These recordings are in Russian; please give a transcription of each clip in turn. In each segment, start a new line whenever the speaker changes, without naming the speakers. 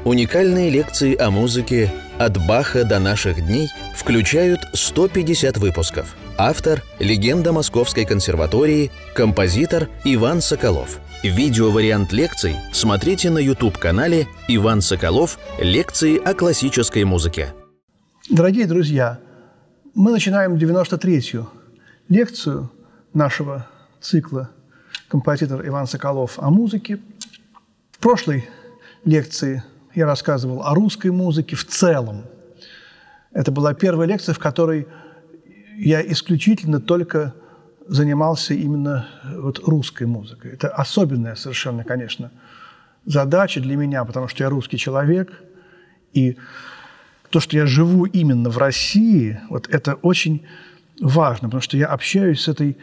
Уникальные лекции о музыке «От Баха до наших дней» включают 150 выпусков. Автор – легенда Московской консерватории, композитор Иван Соколов. Видеовариант лекций смотрите на YouTube-канале «Иван Соколов. Лекции о классической музыке».
Дорогие друзья, мы начинаем 93-ю лекцию нашего цикла «Композитор Иван Соколов о музыке». В прошлой лекции я рассказывал о русской музыке в целом. Это была первая лекция, в которой я исключительно только занимался именно русской музыкой. Это особенная совершенно, конечно, задача для меня, потому что я русский человек, и то, что я живу именно в России, это очень важно, потому что я общаюсь с этой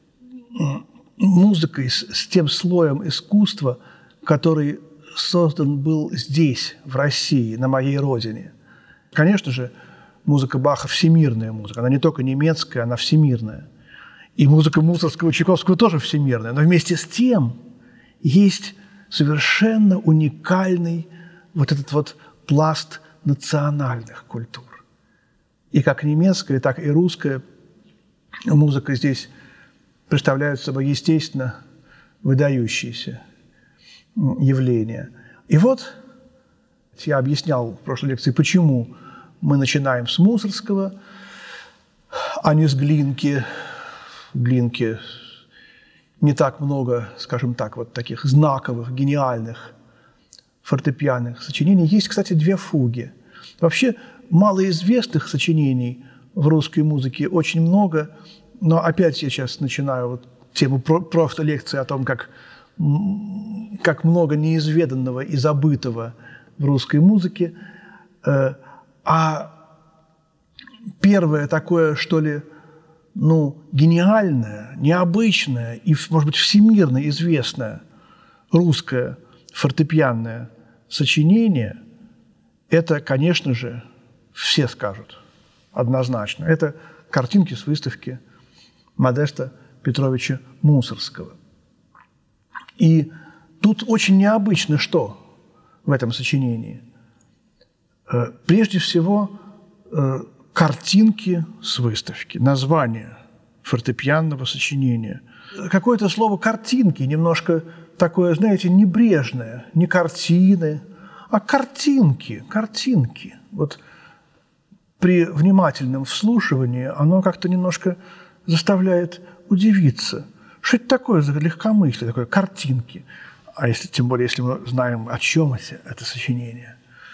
музыкой, с тем слоем искусства, который создан был здесь, в России, на моей родине. Конечно же, музыка Баха – всемирная музыка. Она не только немецкая, она всемирная. И музыка Мусоргского и Чайковского тоже всемирная. Но вместе с тем есть совершенно уникальный этот пласт национальных культур. И как немецкая, так и русская музыка здесь представляют собой, естественно, выдающиеся явления. И вот я объяснял в прошлой лекции, почему мы начинаем с Мусоргского, а не с Глинки. Глинки не так много, скажем так, таких знаковых, гениальных фортепианных сочинений. Есть, кстати, 2 фуги. Вообще малоизвестных сочинений в русской музыке очень много, но опять я сейчас начинаю тему просто лекции о том, как много неизведанного и забытого в русской музыке. А первое такое, что ли, гениальное, необычное и, может быть, всемирно известное русское фортепианное сочинение, это, конечно же, все скажут однозначно. Это картинки с выставки Модеста Петровича Мусоргского. И тут очень необычно что в этом сочинении. Прежде всего, картинки с выставки, название фортепианного сочинения. Какое-то слово «картинки» немножко такое, знаете, небрежное. Не картины, а картинки, картинки. При внимательном вслушивании оно как-то немножко заставляет удивиться. Что это такое за легкомыслие, такое картинки? А тем более, если мы знаем, о чем это сочинение.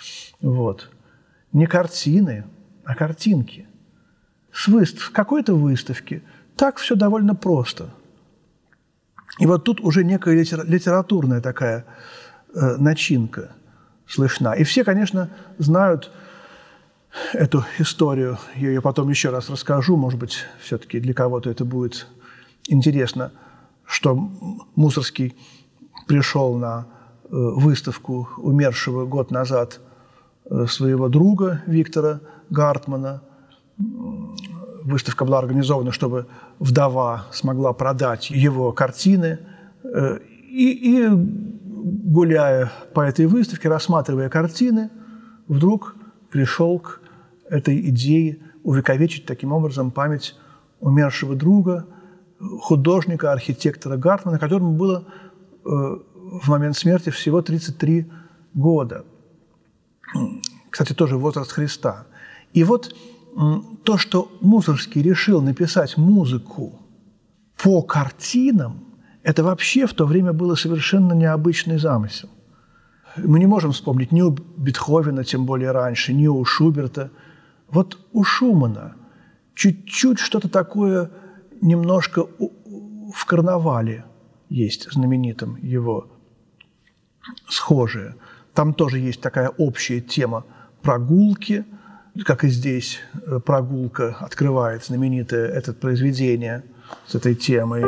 Не картины, а картинки. С какой-то выставки. Так все довольно просто. И тут уже некая литературная такая начинка слышна. И все, конечно, знают эту историю. Я ее потом еще раз расскажу. Может быть, все-таки для кого-то это будет интересно, что Мусоргский пришел на выставку умершего год назад своего друга Виктора Гартмана. Выставка была организована, чтобы вдова смогла продать его картины. И гуляя по этой выставке, рассматривая картины, вдруг пришел к этой идее увековечить таким образом память умершего друга, художника, архитектора Гартмана, которому было в момент смерти всего 33 года. Кстати, тоже возраст Христа. И то, что Мусоргский решил написать музыку по картинам, это вообще в то время было совершенно необычный замысел. Мы не можем вспомнить ни у Бетховена, тем более раньше, ни у Шуберта. У Шумана чуть-чуть что-то такое немножко в «Карнавале» есть, знаменитом его, схожее. Там тоже есть такая общая тема прогулки, как и здесь прогулка открывает знаменитое это произведение с этой темой.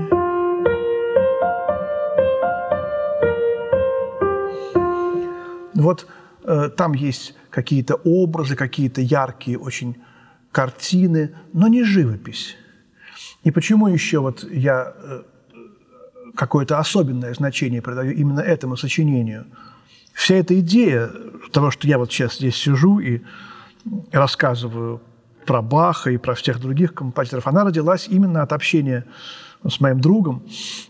Там есть какие-то образы, какие-то яркие очень картины, но не живопись. И почему еще я какое-то особенное значение придаю именно этому сочинению? вся эта идея того, что я вот сейчас здесь сижу и рассказываю про Баха и про всех других композиторов, она родилась именно от общения с моим другом,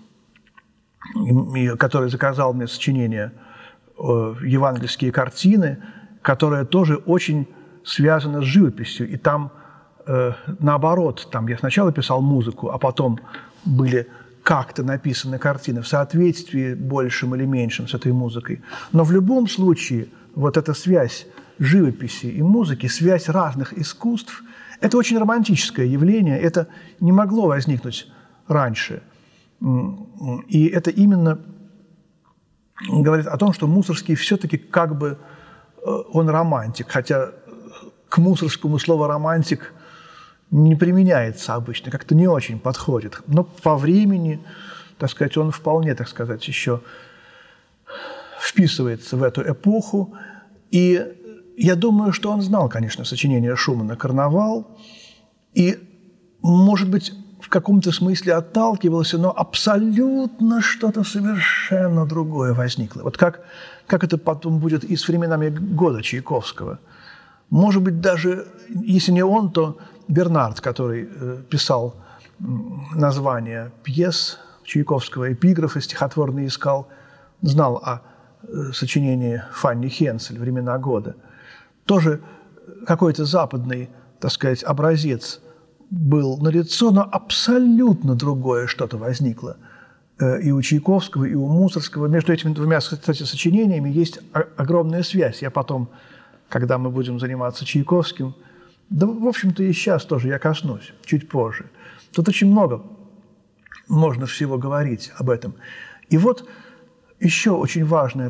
который заказал мне сочинение «Евангельские картины», которое тоже очень связано с живописью. И там наоборот, там я сначала писал музыку, а потом были как-то написаны картины в соответствии большим или меньшим с этой музыкой. Но в любом случае вот эта связь живописи и музыки, связь разных искусств – это очень романтическое явление, это не могло возникнуть раньше. И это именно говорит о том, что Мусоргский все-таки как бы он романтик, хотя к Мусоргскому слово «романтик» не применяется обычно, как-то не очень подходит. Но по времени, так сказать, он вполне, так сказать, еще вписывается в эту эпоху. И я думаю, что он знал, конечно, сочинение Шумана «Карнавал», и, может быть, в каком-то смысле отталкивался, но абсолютно что-то совершенно другое возникло. Вот как это потом будет и с временами года Чайковского. Может быть, даже, если не он, то Бернард, который писал названия пьес Чайковского, эпиграфы стихотворные искал, знал о сочинении Фанни Хенцель «Времена года». Тоже какой-то западный, так сказать, образец был налицо, но абсолютно другое что-то возникло и у Чайковского, и у Мусоргского. Между этими двумя, кстати, сочинениями есть огромная связь. Я потом, когда мы будем заниматься Чайковским, да, в общем-то, и сейчас тоже я коснусь, чуть позже. Тут очень много можно всего говорить об этом. И вот еще очень важная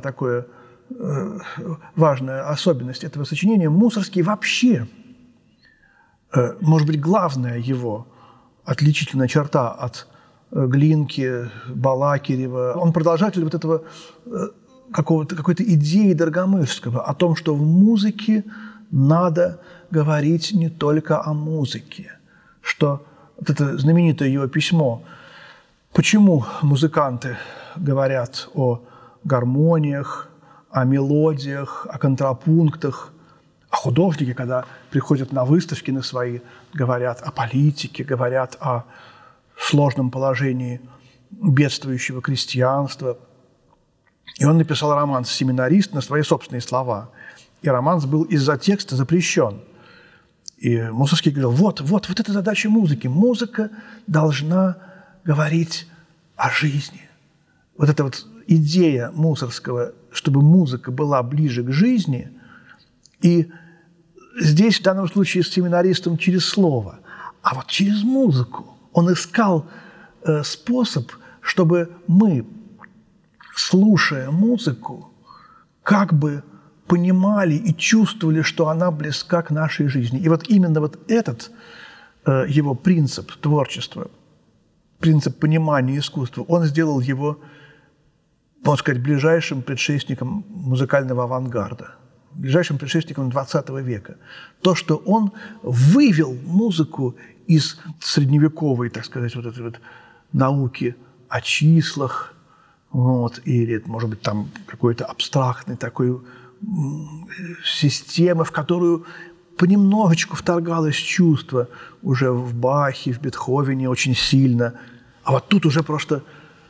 особенность этого сочинения. Мусоргский вообще, может быть, главная его отличительная черта от Глинки, Балакирева, он продолжатель вот этого какой-то идеи Доргомышского о том, что в музыке надо говорить не только о музыке, что вот это знаменитое его письмо, почему музыканты говорят о гармониях, о мелодиях, о контрапунктах, а художники, когда приходят на выставки на свои, говорят о политике, говорят о сложном положении бедствующего крестьянства. И он написал романс «Семинарист» на свои собственные слова. И романс был из-за текста запрещен. И Мусоргский говорил, вот это задача музыки. Музыка должна говорить о жизни. Вот эта вот идея Мусоргского, чтобы музыка была ближе к жизни. И здесь в данном случае с семинаристом через слово. А вот через музыку он искал способ, чтобы мы, слушая музыку, как бы понимали и чувствовали, что она близка к нашей жизни. И вот именно вот этот его принцип творчества, принцип понимания искусства, он сделал его, можно сказать, ближайшим предшественником музыкального авангарда, ближайшим предшественником XX века. То, что он вывел музыку из средневековой, так сказать, вот этой вот науки о числах, вот, или, может быть, там какой-то абстрактной такой системы, в которую понемножечку вторгалось чувство уже в Бахе, в Бетховене очень сильно. А вот тут уже просто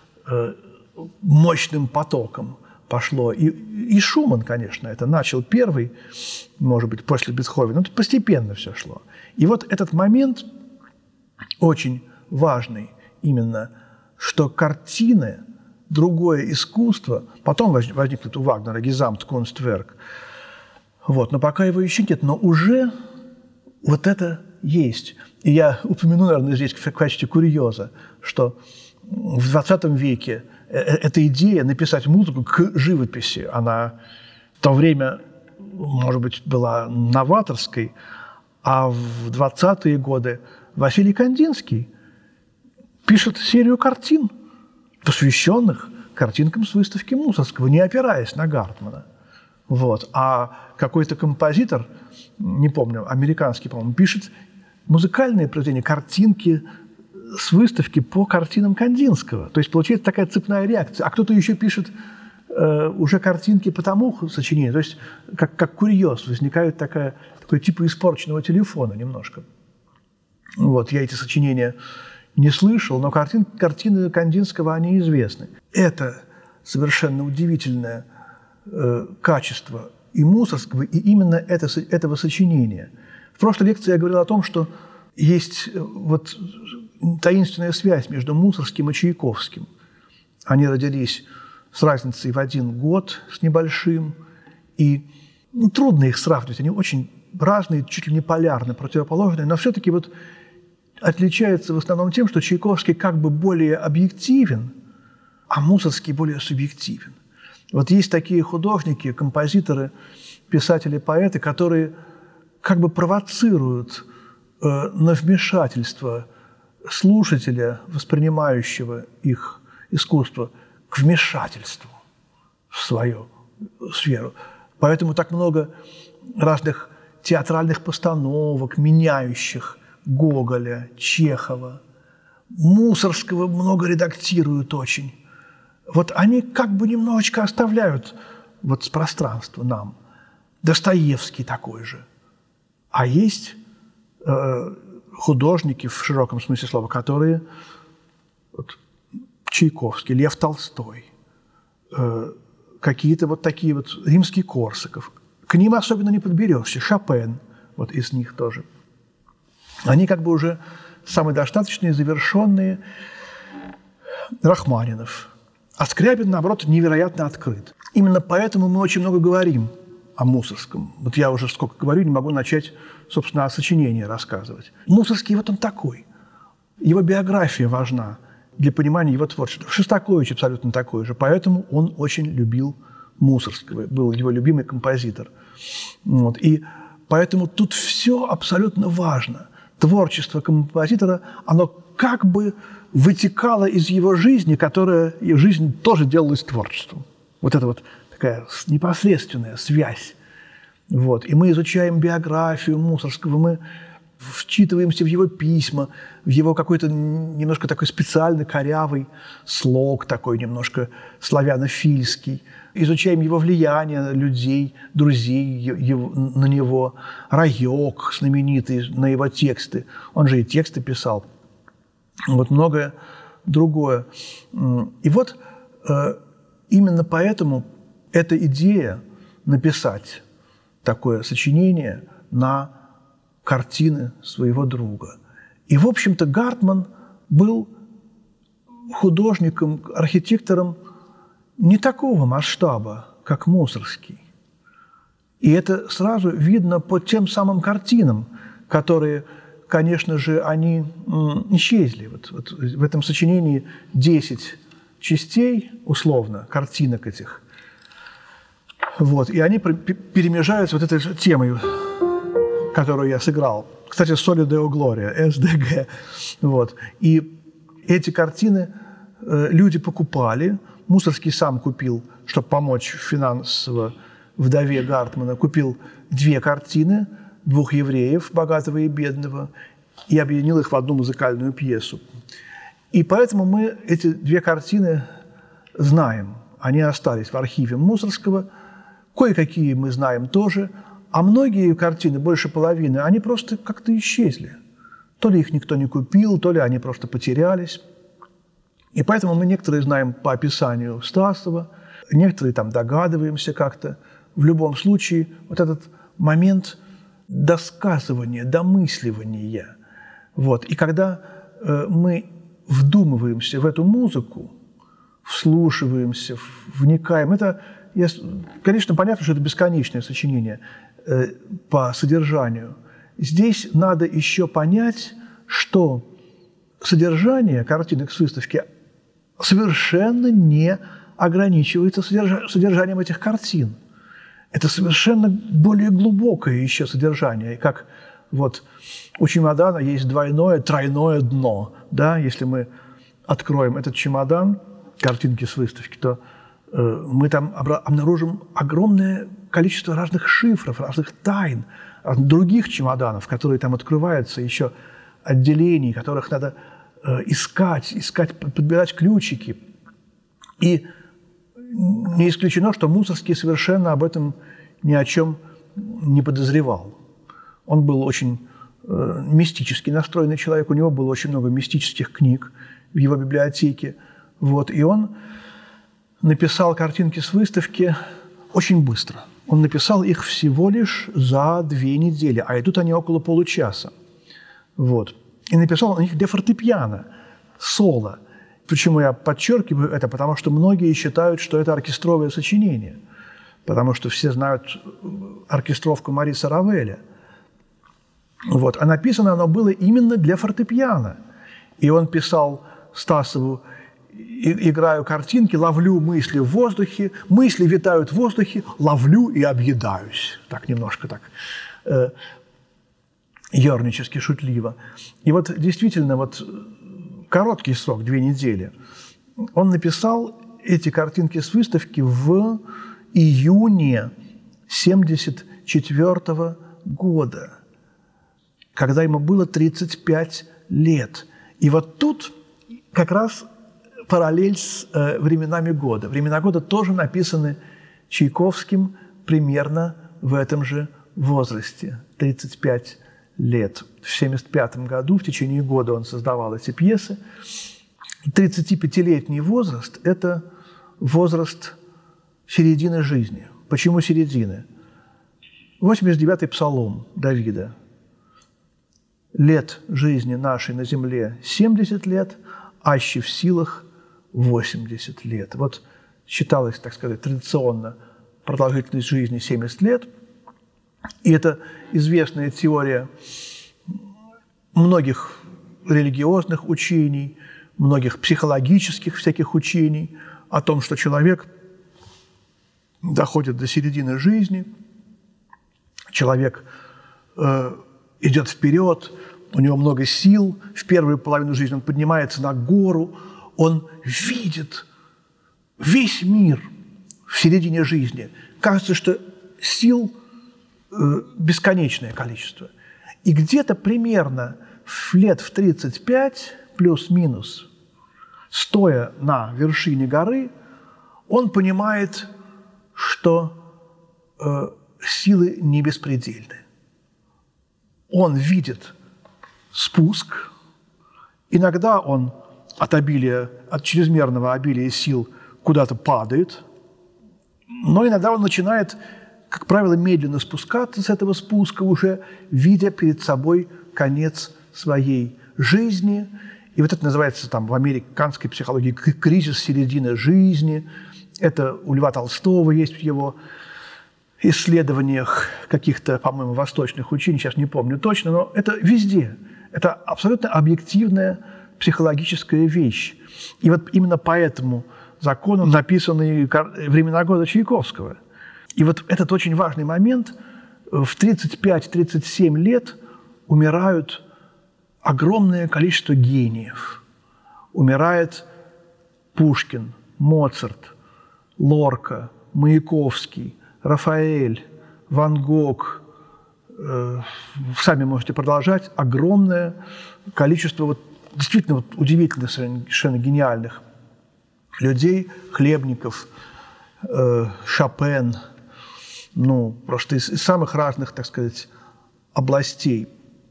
мощным потоком пошло. И Шуман, конечно, это начал первый, может быть, после Бетховена. Но постепенно все шло. И вот этот момент очень важный именно, что картины, другое искусство, потом возникнет у Вагнера Gesamtkunstwerk, вот, но пока его еще нет, но уже вот это есть. И я упомяну, наверное, здесь в качестве курьеза, что в XX веке эта идея написать музыку к живописи, она в то время, может быть, была новаторской, а в 20-е годы Василий Кандинский пишет серию картин, посвященных картинкам с выставки Мусоргского, не опираясь на Гартмана. Вот. А какой-то композитор, не помню, американский, по-моему, пишет музыкальные произведения, картинки с выставки по картинам Кандинского. То есть получается такая цепная реакция. А кто-то еще пишет уже картинки по тому сочинению. То есть как курьез возникает такой типа испорченного телефона немножко. Вот, я эти сочинения не слышал, но картины Кандинского, они известны. Это совершенно удивительное качество и Мусоргского, и именно этого сочинения. В прошлой лекции я говорил о том, что есть вот таинственная связь между Мусоргским и Чайковским. Они родились с разницей в 1 год с небольшим, и трудно их сравнивать, они очень разные, чуть ли не полярно, противоположные, но все-таки вот отличаются в основном тем, что Чайковский как бы более объективен, а Мусоргский более субъективен. Вот есть такие художники, композиторы, писатели, поэты, которые как бы провоцируют на вмешательство слушателя, воспринимающего их искусство, к вмешательству в свою сферу. Поэтому так много разных театральных постановок, меняющих Гоголя, Чехова. Мусоргского много редактируют очень. Вот они как бы немножечко оставляют вот пространство нам. Достоевский такой же. А есть художники, в широком смысле слова, которые вот, Чайковский, Лев Толстой, какие-то вот такие вот, Римский-Корсаков. К ним особенно не подберешься. Шопен, вот из них тоже. Они как бы уже самодостаточные, завершенные. Рахманинов. А Скрябин, наоборот, невероятно открыт. Именно поэтому мы очень много говорим о Мусоргском. Вот я уже сколько говорю, не могу начать, собственно, о сочинении рассказывать. Мусоргский вот он такой. Его биография важна для понимания его творчества. Шостакович абсолютно такой же. Поэтому он очень любил Мусоргского. Был его любимый композитор. Вот. И поэтому тут все абсолютно важно. Творчество композитора, оно как бы вытекало из его жизни, которая и жизнь тоже делалась творчеством. Вот это вот такая непосредственная связь. Вот. И мы изучаем биографию Мусоргского, мы вчитываемся в его письма, в его какой-то немножко такой специальный корявый слог, такой немножко славянофильский. Изучаем его влияние на людей, друзей на него. Раёк знаменитый, на его тексты. Он же и тексты писал. Вот многое другое. И вот именно поэтому эта идея написать такое сочинение на картины своего друга. И, в общем-то, Гартман был художником, архитектором не такого масштаба, как Мусоргский. И это сразу видно по тем самым картинам, которые, конечно же, они исчезли. Вот в этом сочинении 10 частей, условно, картинок этих. Вот. И они перемежаются вот этой темой, которую я сыграл. Кстати, «Соли Део Глория», СДГ. Вот. И эти картины люди покупали. Мусоргский сам купил, чтобы помочь финансово вдове Гартмана, купил 2 картины, 2 евреев, богатого и бедного, и объединил их в одну музыкальную пьесу. И поэтому мы эти 2 картины знаем. Они остались в архиве Мусоргского. Кое-какие мы знаем тоже. А многие картины, больше половины, они просто как-то исчезли. То ли их никто не купил, то ли они просто потерялись. И поэтому мы некоторые знаем по описанию Стасова, некоторые там догадываемся как-то. В любом случае, вот этот момент досказывания, домысливания. Вот. И когда мы вдумываемся в эту музыку, вслушиваемся, вникаем, это, конечно, понятно, что это бесконечное сочинение по содержанию. Здесь надо еще понять, что содержание картинок с выставки совершенно не ограничивается содержанием этих картин. Это совершенно более глубокое еще содержание. И как вот у чемодана есть двойное, тройное дно. Да? Если мы откроем этот чемодан, картинки с выставки, то мы там обнаружим огромное количество разных шифров, разных тайн, других чемоданов, которые там открываются, еще отделений, которых надо искать, подбирать ключики. И не исключено, что Мусоргский совершенно об этом ни о чем не подозревал. Он был очень мистически настроенный человек, у него было очень много мистических книг в его библиотеке. Вот, и он написал картинки с выставки очень быстро. Он написал их всего лишь за 2 недели, а идут они около получаса. Вот. И написал он их для фортепиано, соло. Почему я подчеркиваю это? Потому что многие считают, что это оркестровое сочинение, потому что все знают оркестровку Мариса Равеля. Вот. А написано оно было именно для фортепиано. И он писал Стасову: играю картинки, ловлю мысли в воздухе, мысли витают в воздухе, ловлю и объедаюсь. Так немножко так ернически, шутливо. И вот действительно, вот короткий срок, 2 недели, он написал эти картинки с выставки в июне 1974 года, когда ему было 35 лет. И вот тут как раз параллель с временами года. Времена года тоже написаны Чайковским примерно в этом же возрасте, 35 лет. В 1975 году, в течение года он создавал эти пьесы. 35-летний возраст – это возраст середины жизни. Почему середины? 89-й псалом Давида. «Лет жизни нашей на земле 70 лет, аще в силах 80 лет». Вот считалось, так сказать, традиционно продолжительность жизни 70 лет. И это известная теория многих религиозных учений, многих психологических всяких учений о том, что человек доходит до середины жизни, человек идет вперед, у него много сил, в первую половину жизни он поднимается на гору, он видит весь мир в середине жизни. Кажется, что сил бесконечное количество. И где-то примерно лет в 35, плюс-минус, стоя на вершине горы, он понимает, что силы не беспредельны. Он видит спуск. Иногда он от чрезмерного обилия сил куда-то падает, но иногда он начинает, как правило, медленно спускаться с этого спуска, уже видя перед собой конец своей жизни. И вот это называется там, в американской психологии кризис середины жизни. Это у Льва Толстого есть в его исследованиях каких-то, по-моему, восточных учений, сейчас не помню точно, но это везде. Это абсолютно объективная психологическая вещь. И вот именно по этому закону написаны «Времена года» Чайковского. И вот этот очень важный момент. В 35-37 лет умирают огромное количество гениев. Умирает Пушкин, Моцарт, Лорка, Маяковский, Рафаэль, Ван Гог. Сами можете продолжать. Огромное количество действительно удивительных, совершенно гениальных людей, Хлебников, Шопен, просто из самых разных, так сказать, областей.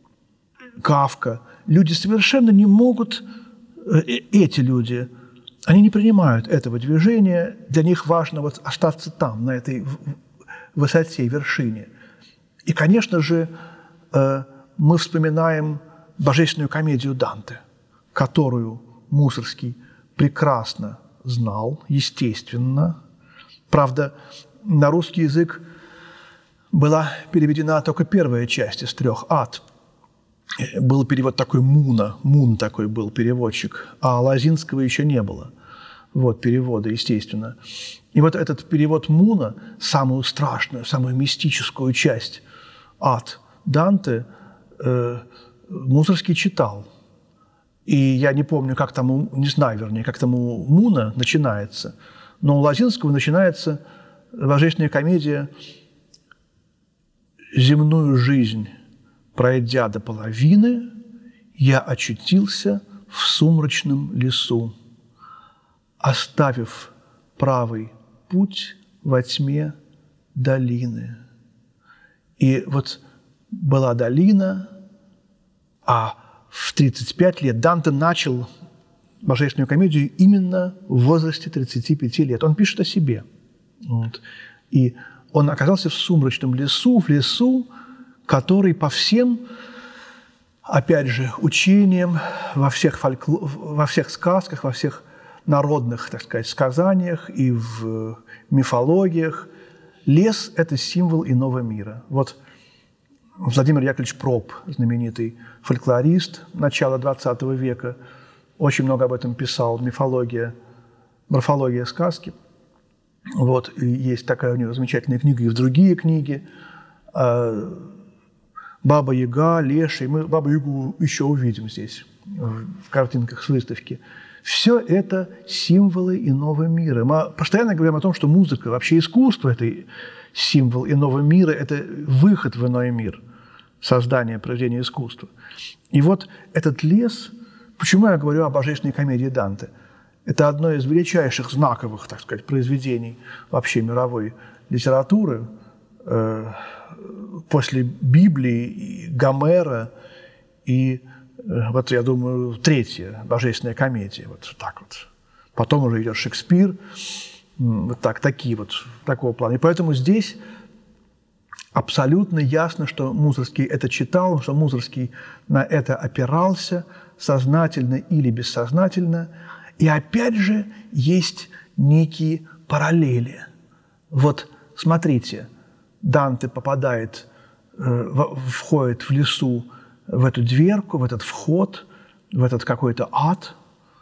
Кафка. Люди совершенно не могут, эти люди, они не принимают этого движения, для них важно остаться там, на этой высоте, вершине. И, конечно же, мы вспоминаем божественную комедию Данте, которую Мусоргский прекрасно знал, естественно. Правда, на русский язык была переведена только первая часть из 3 «Ад». Был перевод такой Муна, Мун такой был переводчик, а Лозинского еще не было. Перевода, естественно. И вот этот перевод Муна, самую страшную, самую мистическую часть «Ад» Данте, Мусоргский читал. И я не помню, как там, не знаю, вернее, как там у Муна начинается, но у Лозинского начинается божественная комедия «Земную жизнь пройдя до половины, я очутился в сумрачном лесу. Оставив правый путь во тьме долины. И вот была долина, а в 35 лет Данте начал Божественную комедию именно в возрасте 35 лет. Он пишет о себе. Вот. И он оказался в сумрачном лесу, который по всем, опять же, учениям, во всех сказках, во всех народных, так сказать, сказаниях и в мифологиях, лес – это символ иного мира. Вот Владимир Яковлевич Проб, знаменитый фольклорист начала XX века, очень много об этом писал, мифология, морфология сказки. Вот, и есть такая у него замечательная книга, и в другие книги. «Баба-Яга», «Леший». Мы Бабу-Ягу еще увидим здесь, в картинках с выставки. Все это символы иного мира. Мы постоянно говорим о том, что музыка, вообще искусство – это символ иного мира, это выход в иной мир, создание, произведение искусства. И вот этот лес, почему я говорю о божественной комедии Данте? Это одно из величайших знаковых, так сказать, произведений вообще мировой литературы после Библии, Гомера и, вот, я думаю, третья божественная комедия. Вот так вот. Потом уже идет Шекспир, вот так, такого плана. И поэтому здесь абсолютно ясно, что Мусоргский это читал, что Мусоргский на это опирался, сознательно или бессознательно. И опять же есть некие параллели. Вот смотрите, Данте входит в лесу в эту дверку, в этот вход, в этот какой-то ад.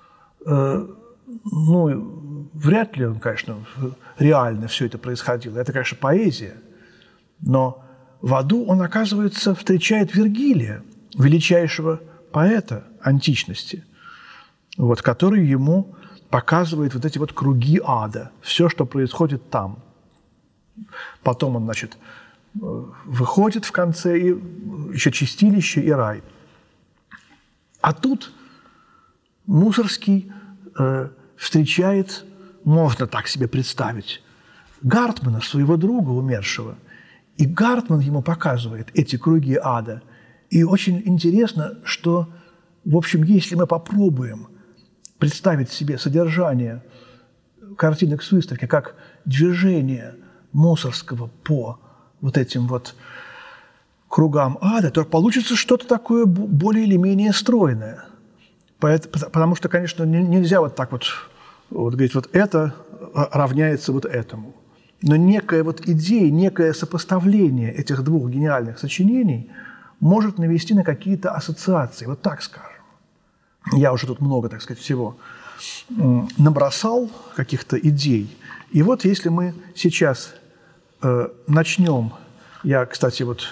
Вряд ли он, конечно, реально все это происходило. Это, конечно, поэзия. Но в аду он, оказывается, встречает Вергилия, величайшего поэта античности, вот, который ему показывает вот эти вот круги ада, все, что происходит там. Потом он, значит, выходит в конце, и еще чистилище и рай. А тут Мусоргский встречает, можно так себе представить, Гартмана, своего друга умершего. И Гартман ему показывает эти круги ада. И очень интересно, что, в общем, если мы попробуем представить себе содержание картинок с выставки как движение Мусоргского по вот этим вот кругам ада, то получится что-то такое более или менее стройное. Потому что, конечно, нельзя вот так вот говорить, вот это равняется вот этому. Но некая вот идея, некое сопоставление этих двух гениальных сочинений может навести на какие-то ассоциации, вот так скажем. Я уже тут много, так сказать, всего набросал, каких-то идей. И вот если мы сейчас начнем, я, кстати, вот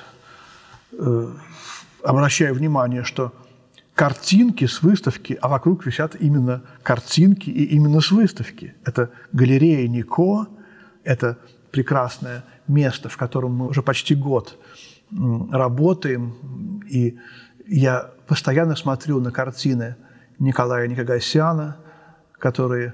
обращаю внимание, что картинки с выставки, а вокруг висят именно картинки и именно с выставки. Это галерея Нико, это прекрасное место, в котором мы уже почти год работаем, и я постоянно смотрю на картины Николая Никогасяна, которые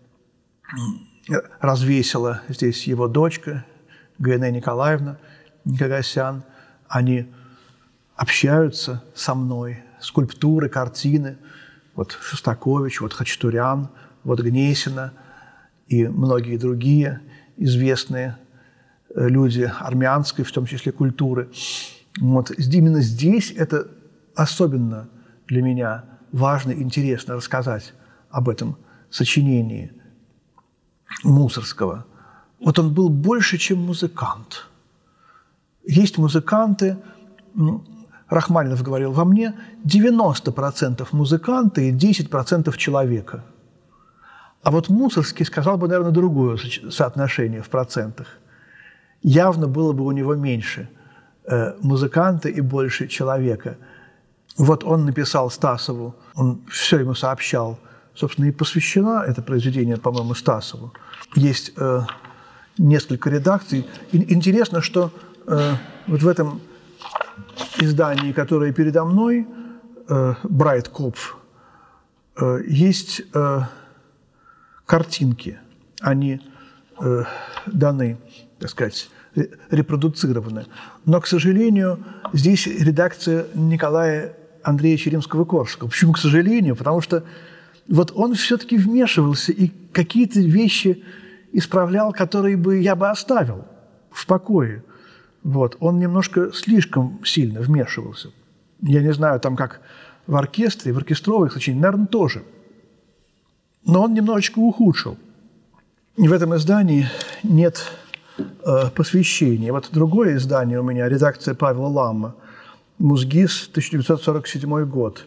развесила здесь его дочка Г.Н. Николаевна Никогасян. Они общаются со мной, скульптуры, картины, вот Шостакович, вот Хачатурян, вот Гнесина и многие другие известные люди армянской, в том числе, культуры. Вот именно здесь это особенно для меня важно и интересно рассказать об этом сочинении Мусоргского. Вот он был больше, чем музыкант. Есть музыканты, Рахманинов говорил, во мне 90% музыканта и 10% человека. А вот Мусоргский сказал бы, наверное, другое соотношение в процентах. Явно было бы у него меньше музыканта и больше человека. Вот он написал Стасову, он все ему сообщал, собственно, и посвящено это произведение, по-моему, Стасову. Есть несколько редакций. Интересно, что вот в этом издании, которое передо мной, Брайткопф, есть картинки. Они даны, так сказать, репродуцированы. Но, к сожалению, здесь редакция Николая Андреевича Римского-Корсакова. Почему к сожалению? Потому что вот он все-таки вмешивался и какие-то вещи исправлял, которые бы я бы оставил в покое. Вот. Он немножко слишком сильно вмешивался. Я не знаю, там как в оркестре, в оркестровых сочинениях, наверное, тоже. Но он немножечко ухудшил. И в этом издании нет посвящения. Вот другое издание у меня, редакция Павла Ламма, «Музгис», 1947 год.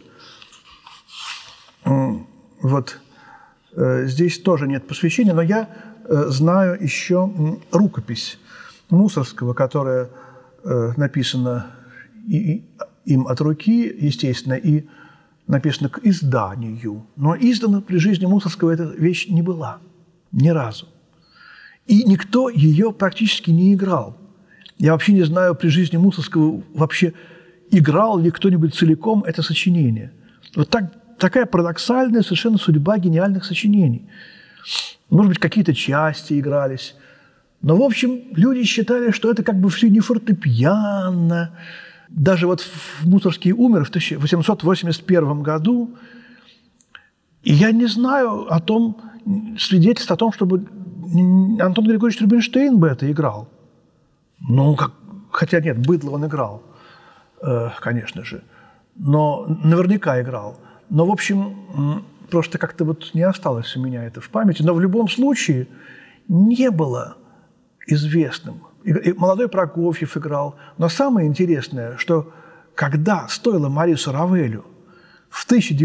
Вот здесь тоже нет посвящения, но я знаю еще рукопись Мусоргского, которая написана им от руки, естественно, и написана к изданию. Но издана при жизни Мусоргского эта вещь не была ни разу. И никто ее практически не играл. Я вообще не знаю при жизни Мусоргского вообще, играл ли кто-нибудь целиком это сочинение. Вот такая парадоксальная совершенно судьба гениальных сочинений. Может быть, какие-то части игрались. Но, в общем, люди считали, что это как бы все не фортепиано. Даже вот Мусоргский умер в 1881 году, и я не знаю о том, свидетельств о том, чтобы Антон Григорьевич Рубинштейн бы это играл. Ну, хотя нет, быдло он играл, конечно же, но наверняка играл. Но, в общем, просто как-то вот не осталось у меня это в памяти. Но в любом случае не было известным. И молодой Прокофьев играл. Но самое интересное, что когда стоило Марису Равелю в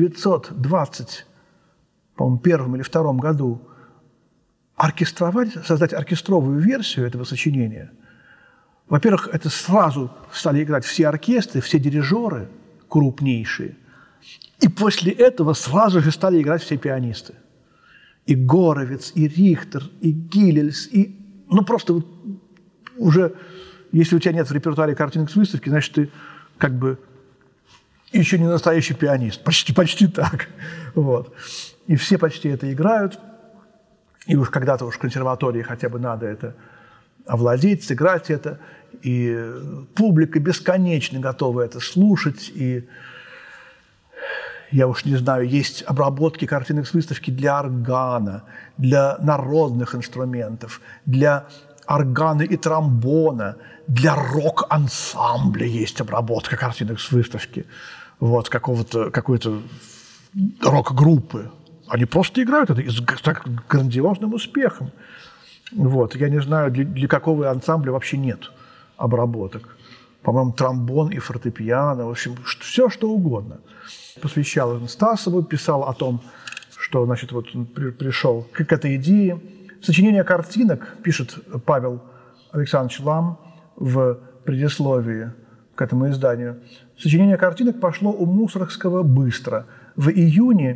1921 или 2 году создать оркестровую версию этого сочинения, во-первых, это сразу стали играть все оркестры, все дирижеры крупнейшие. И после этого сразу же стали играть все пианисты. И Горовец, и Рихтер, и Гилельс, и... Ну, просто вот уже, если у тебя нет в репертуаре картинок с выставки, значит, ты как бы еще не настоящий пианист. Почти так. Вот. И все почти это играют. И уж когда-то в консерватории хотя бы надо это овладеть, сыграть это. И публика бесконечно готова это слушать. И я уж не знаю, есть обработки картинок с выставки для органа, для народных инструментов, для органа и тромбона, для рок-ансамбля есть обработка картинок с выставки. Вот, какой-то рок-группы. Они просто играют это с грандиозным успехом. Вот. Я не знаю, для какого ансамбля вообще нет обработок. По-моему, тромбон и фортепиано, в общем, все, что угодно. Посвящал он Стасову, писал о том, что, значит, вот он пришел к этой идее. Сочинение картинок, пишет Павел Александрович Лам в предисловии к этому изданию, сочинение картинок пошло у Мусоргского быстро. В июне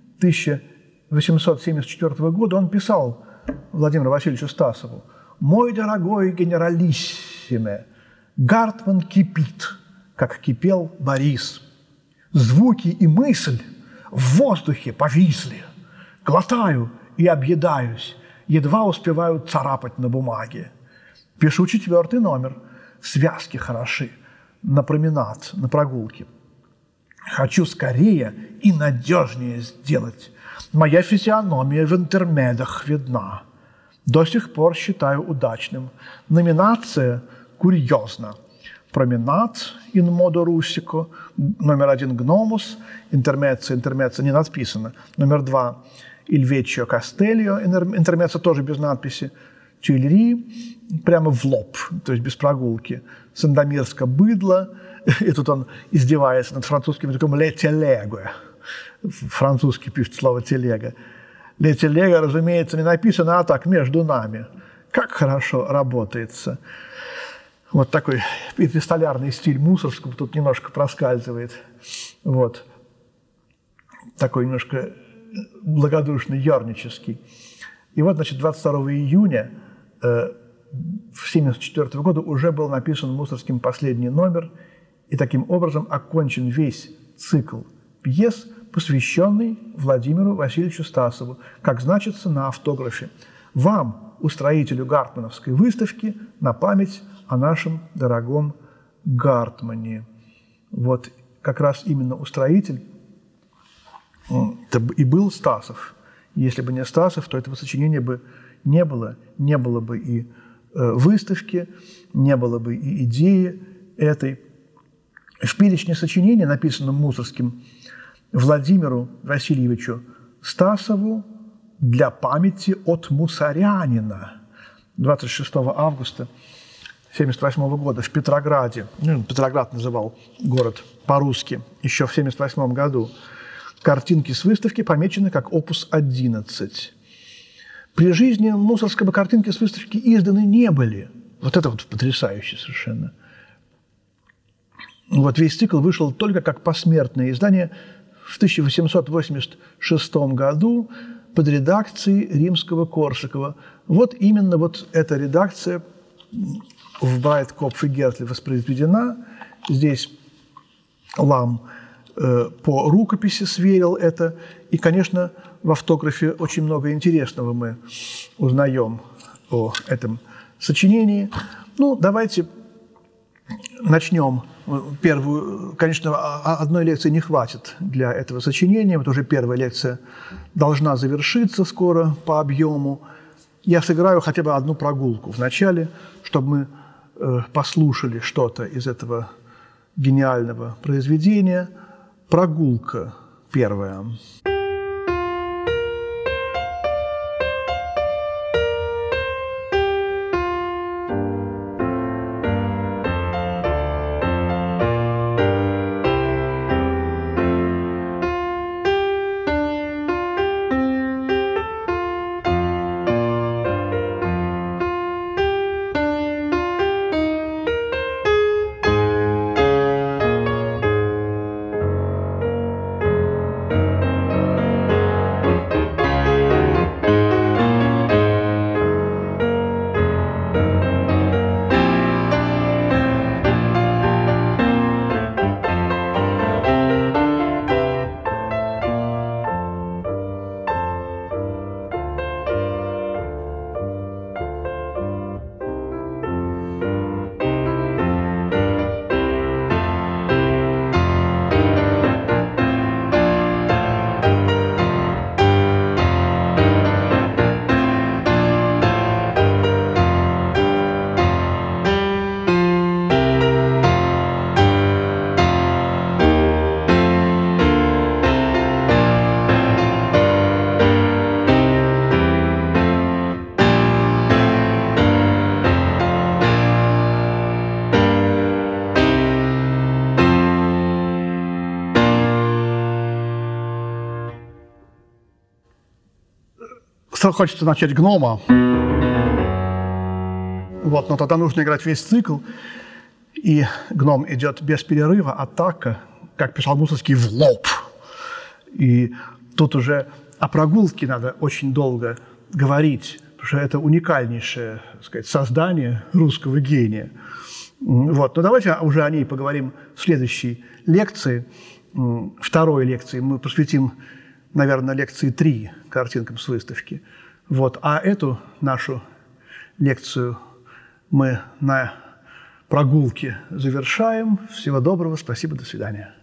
1874 года он писал Владимиру Васильевичу Стасову: «Мой дорогой генералиссиме, Гартман кипит, как кипел Борис. Звуки и мысль в воздухе повисли. Глотаю и объедаюсь, едва успеваю царапать на бумаге. Пишу 4 номер, связки хороши, на променад, на прогулке. Хочу скорее и надежнее сделать. Моя физиономия в интермедах видна. До сих пор считаю удачным. Номинация курьезна. Променад in modo russico, номер 1 гномус, интермеца не надписано, номер 2 Il Vecchio Castello, интермеца тоже без надписи, Тюильри, прямо в лоб, то есть без прогулки, Сандомирское быдло, и тут он издевается над французским языком «le телега». Французский пишет слово «телега». «Le телега», разумеется, не написано, а так, между нами. Как хорошо работается. Вот такой эпистолярный стиль Мусоргского тут немножко проскальзывает. Вот. Такой немножко благодушный, ернический. И вот, значит, 22 июня 1974 года уже был написан Мусоргским последний номер, и таким образом окончен весь цикл пьес, посвященный Владимиру Васильевичу Стасову, как значится на автографе. Вам, устроителю Гартмановской выставки на память о нашем дорогом Гартмане. Вот как раз именно устроитель и был Стасов. Если бы не Стасов, то этого сочинения бы не было. Не было бы и выставки, не было бы и идеи этой. В перечне сочинений, написанном Мусоргским Владимиру Васильевичу Стасову для памяти от мусорянина 26 августа 1978 года в Петрограде, Петроград называл город по-русски, еще в 1978 году, картинки с выставки помечены как опус 11. При жизни Мусоргского картинки с выставки изданы не были. Вот это вот потрясающе совершенно. Вот весь цикл вышел только как посмертное издание в 1886 году под редакцией Римского-Корсакова. Вот именно вот эта редакция в Брайткопф и Гертле воспроизведена. Здесь Лам по рукописи сверил это. И, конечно, в автографе очень много интересного мы узнаем о этом сочинении. Ну, давайте начнем. Первую, конечно, одной лекции не хватит для этого сочинения. Вот уже первая лекция должна завершиться скоро по объему. Я сыграю хотя бы одну прогулку в начале, чтобы мы послушали что-то из этого гениального произведения. Прогулка первая. Хочется начать гнома. Вот, но тогда нужно играть весь цикл. И гном идет без перерыва, атака, как писал Мусоргский, в лоб. И тут уже о прогулке надо очень долго говорить, потому что это уникальнейшее, так сказать, создание русского гения. Вот. Но давайте уже о ней поговорим в следующей лекции. Второй лекции мы посвятим, наверное, лекции 3 картинкам с выставки. Вот. А эту нашу лекцию мы на прогулке завершаем. Всего доброго, спасибо, до свидания.